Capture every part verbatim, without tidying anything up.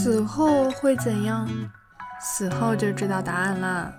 死后会怎样？死后就知道答案啦。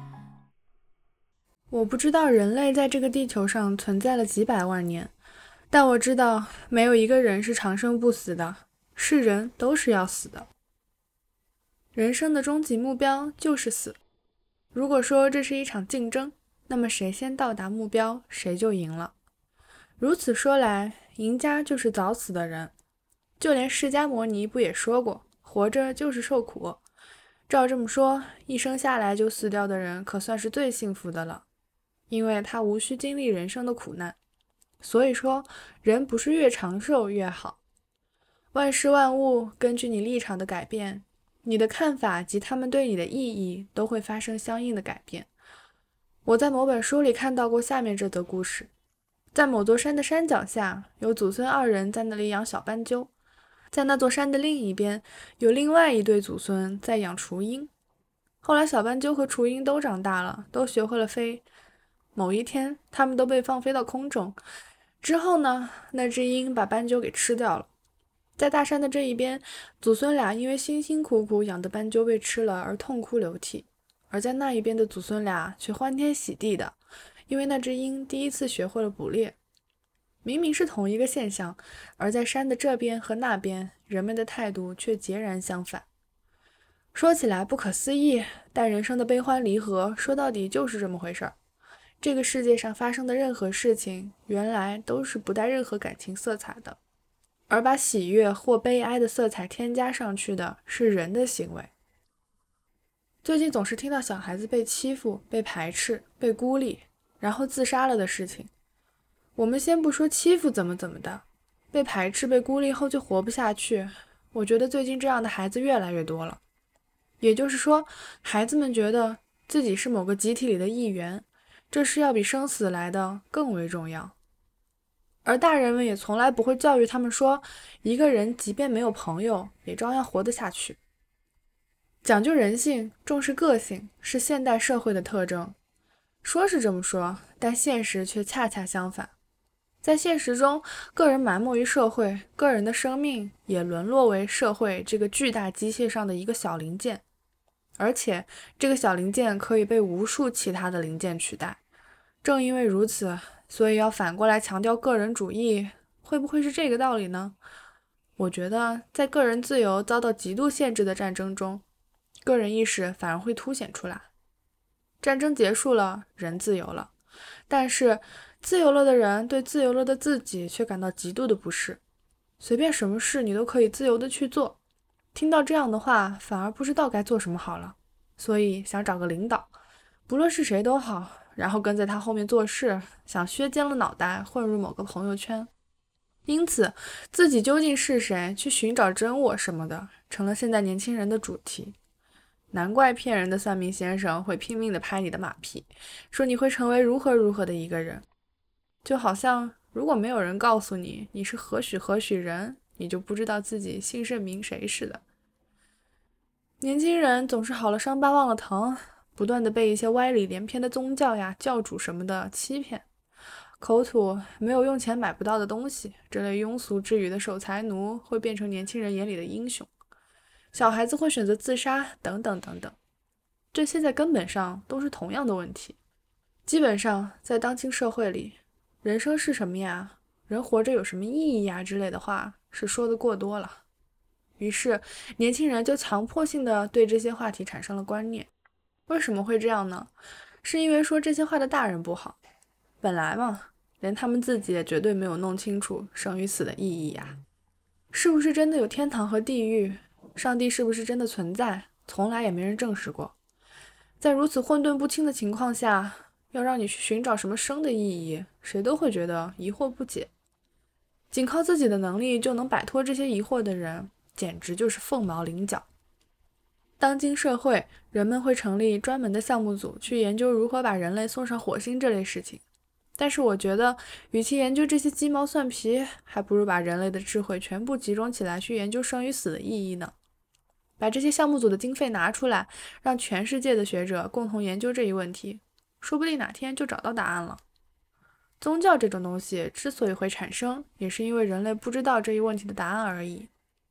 我不知道人类在这个地球上存在了几百万年，但我知道没有一个人是长生不死的，是人都是要死的。人生的终极目标就是死。如果说这是一场竞争，那么谁先到达目标，谁就赢了。如此说来，赢家就是早死的人。就连释迦牟尼不也说过，活着就是受苦。照这么说，一生下来就死掉的人可算是最幸福的了，因为他无需经历人生的苦难。所以说，人不是越长寿越好。万事万物根据你立场的改变，你的看法及他们对你的意义都会发生相应的改变。我在某本书里看到过下面这则故事。在某座山的山脚下，有祖孙二人在那里养小斑鸠。在那座山的另一边，有另外一对祖孙在养雏鹰。后来小斑鸠和雏鹰都长大了，都学会了飞。某一天，它们都被放飞到空中。之后呢，那只鹰把斑鸠给吃掉了。在大山的这一边，祖孙俩因为辛辛苦苦养的斑鸠被吃了而痛哭流涕，而在那一边的祖孙俩却欢天喜地的，因为那只鹰第一次学会了捕猎。明明是同一个现象，而在山的这边和那边，人们的态度却截然相反。说起来不可思议，但人生的悲欢离合，说到底就是这么回事儿。这个世界上发生的任何事情，原来都是不带任何感情色彩的，而把喜悦或悲哀的色彩添加上去的是人的行为。最近总是听到小孩子被欺负、被排斥、被孤立，然后自杀了的事情。我们先不说欺负怎么怎么的，被排斥被孤立后就活不下去，我觉得最近这样的孩子越来越多了。也就是说，孩子们觉得自己是某个集体里的一员，这事要比生死来的更为重要。而大人们也从来不会教育他们说，一个人即便没有朋友，也照样活得下去。讲究人性，重视个性，是现代社会的特征。说是这么说，但现实却恰恰相反。在现实中，个人埋没于社会，个人的生命也沦落为社会这个巨大机械上的一个小零件，而且这个小零件可以被无数其他的零件取代。正因为如此，所以要反过来强调个人主义，会不会是这个道理呢？我觉得在个人自由遭到极度限制的战争中，个人意识反而会凸显出来。战争结束了，人自由了，但是自由了的人对自由了的自己却感到极度的不适，随便什么事你都可以自由的去做。听到这样的话，反而不知道该做什么好了，所以想找个领导，不论是谁都好，然后跟在他后面做事，想削尖了脑袋混入某个朋友圈。因此，自己究竟是谁，去寻找真我什么的，成了现在年轻人的主题。难怪骗人的算命先生会拼命地拍你的马屁，说你会成为如何如何的一个人。就好像如果没有人告诉你你是何许何许人，你就不知道自己姓甚名谁似的。年轻人总是好了伤疤忘了疼，不断地被一些歪理连篇的宗教呀、教主什么的欺骗，口吐没有用钱买不到的东西，这类庸俗之语的守财奴会变成年轻人眼里的英雄，小孩子会选择自杀，等等等等。这些在根本上都是同样的问题。基本上在当今社会里，人生是什么呀？人活着有什么意义呀？之类的话是说的过多了。于是年轻人就强迫性的对这些话题产生了观念。为什么会这样呢？是因为说这些话的大人不好。本来嘛，连他们自己也绝对没有弄清楚生与死的意义呀。是不是真的有天堂和地狱？上帝是不是真的存在？从来也没人证实过。在如此混沌不清的情况下，要让你去寻找什么生的意义，谁都会觉得疑惑不解。仅靠自己的能力就能摆脱这些疑惑的人，简直就是凤毛麟角。当今社会，人们会成立专门的项目组去研究如何把人类送上火星这类事情。但是我觉得，与其研究这些鸡毛蒜皮，还不如把人类的智慧全部集中起来去研究生与死的意义呢。把这些项目组的经费拿出来，让全世界的学者共同研究这一问题，说不定哪天就找到答案了。宗教这种东西之所以会产生，也是因为人类不知道这一问题的答案而已。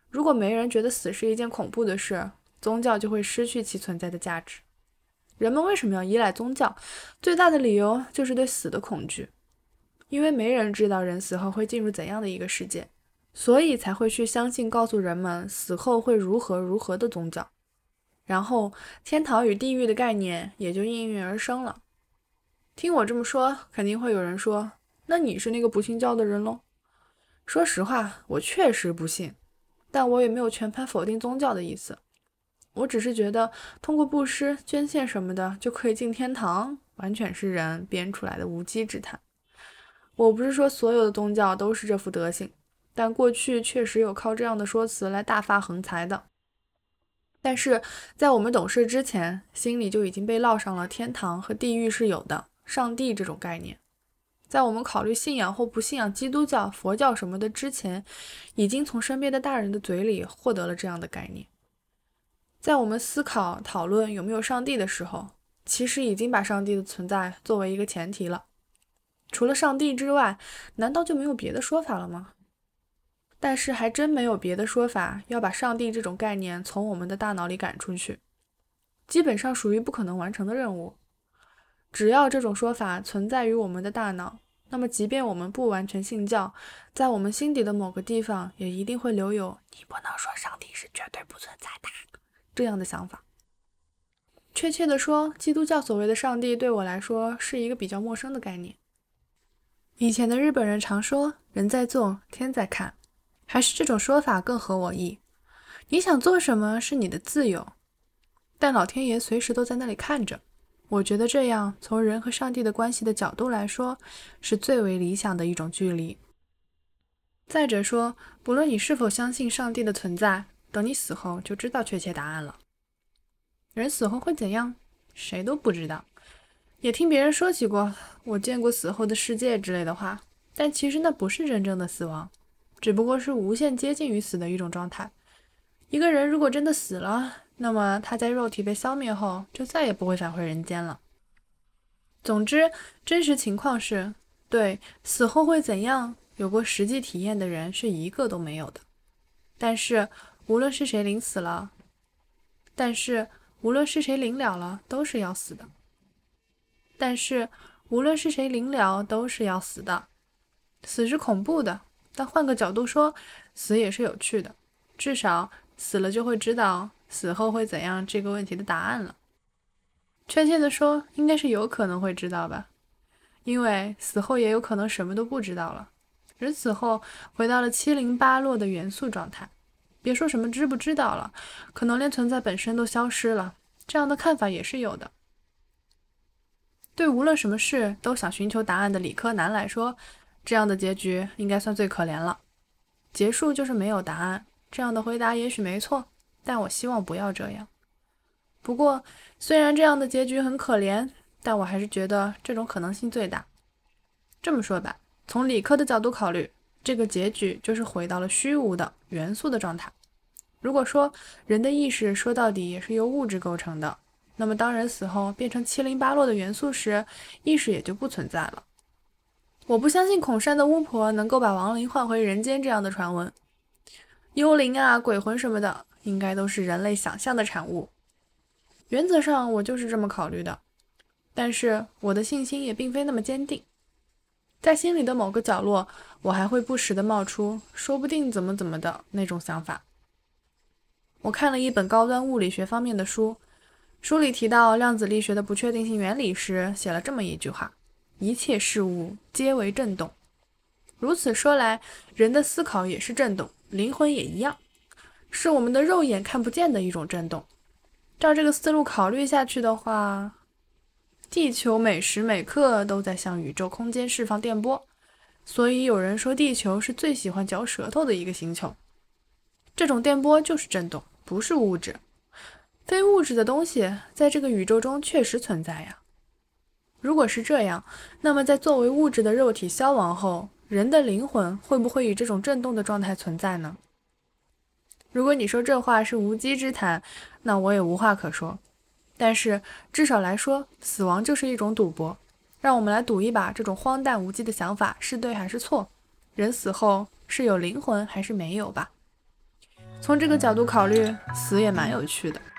如果没人觉得死是一件恐怖的事，宗教就会失去其存在的价值。人们为什么要依赖宗教？最大的理由就是对死的恐惧，因为没人知道人死后会进入怎样的一个世界，所以才会去相信告诉人们死后会如何如何的宗教。然后天堂与地狱的概念也就应运而生了。听我这么说，肯定会有人说，那你是那个不信教的人咯？说实话，我确实不信，但我也没有全盘否定宗教的意思。我只是觉得通过布施、捐献什么的就可以进天堂，完全是人编出来的无稽之谈。我不是说所有的宗教都是这副德行，但过去确实有靠这样的说辞来大发横财的。但是在我们懂事之前，心里就已经被烙上了天堂和地狱是有的，上帝这种概念。在我们考虑信仰或不信仰基督教、佛教什么的之前，已经从身边的大人的嘴里获得了这样的概念。在我们思考、讨论有没有上帝的时候，其实已经把上帝的存在作为一个前提了。除了上帝之外，难道就没有别的说法了吗？但是还真没有别的说法要把上帝这种概念从我们的大脑里赶出去，基本上属于不可能完成的任务。只要这种说法存在于我们的大脑，那么即便我们不完全信教，在我们心底的某个地方也一定会留有你不能说上帝是绝对不存在的这样的想法。确切的说，基督教所谓的上帝对我来说是一个比较陌生的概念。以前的日本人常说人在做，天在看，还是这种说法更合我意。你想做什么是你的自由，但老天爷随时都在那里看着。我觉得这样从人和上帝的关系的角度来说，是最为理想的一种距离。再者说，不论你是否相信上帝的存在，等你死后就知道确切答案了。人死后会怎样？谁都不知道。也听别人说起过，我见过死后的世界之类的话，但其实那不是真正的死亡，只不过是无限接近于死的一种状态。一个人如果真的死了，那么他在肉体被消灭后，就再也不会返回人间了。总之，真实情况是，对死后会怎样，有过实际体验的人是一个都没有的。但是，无论是谁临死了，但是无论是谁临了了，都是要死的。但是，无论是谁临了，都是要死的。死是恐怖的，但换个角度说，死也是有趣的。至少死了就会知道死后会怎样这个问题的答案了。确切的说，应该是有可能会知道吧，因为死后也有可能什么都不知道了。人死后回到了七零八落的元素状态，别说什么知不知道了，可能连存在本身都消失了，这样的看法也是有的。对无论什么事都想寻求答案的理科男来说，这样的结局应该算最可怜了。结束就是没有答案，这样的回答也许没错，但我希望不要这样。不过，虽然这样的结局很可怜，但我还是觉得这种可能性最大。这么说吧，从理科的角度考虑，这个结局就是回到了虚无的元素的状态。如果说人的意识说到底也是由物质构成的，那么当人死后变成七零八落的元素时，意识也就不存在了。我不相信孔山的巫婆能够把亡灵换回人间这样的传闻，幽灵啊、鬼魂什么的，应该都是人类想象的产物。原则上我就是这么考虑的，但是我的信心也并非那么坚定。在心里的某个角落，我还会不时地冒出说不定怎么怎么的那种想法。我看了一本高端物理学方面的书，书里提到量子力学的不确定性原理时，写了这么一句话：一切事物皆为振动。如此说来，人的思考也是振动，灵魂也一样，是我们的肉眼看不见的一种振动。照这个思路考虑下去的话，地球每时每刻都在向宇宙空间释放电波，所以有人说地球是最喜欢嚼舌头的一个星球。这种电波就是振动，不是物质。非物质的东西在这个宇宙中确实存在呀。如果是这样，那么在作为物质的肉体消亡后，人的灵魂会不会以这种振动的状态存在呢？如果你说这话是无稽之谈，那我也无话可说。但是至少来说，死亡就是一种赌博，让我们来赌一把这种荒诞无稽的想法是对还是错，人死后是有灵魂还是没有吧。 从这个角度考虑，死也蛮有趣的。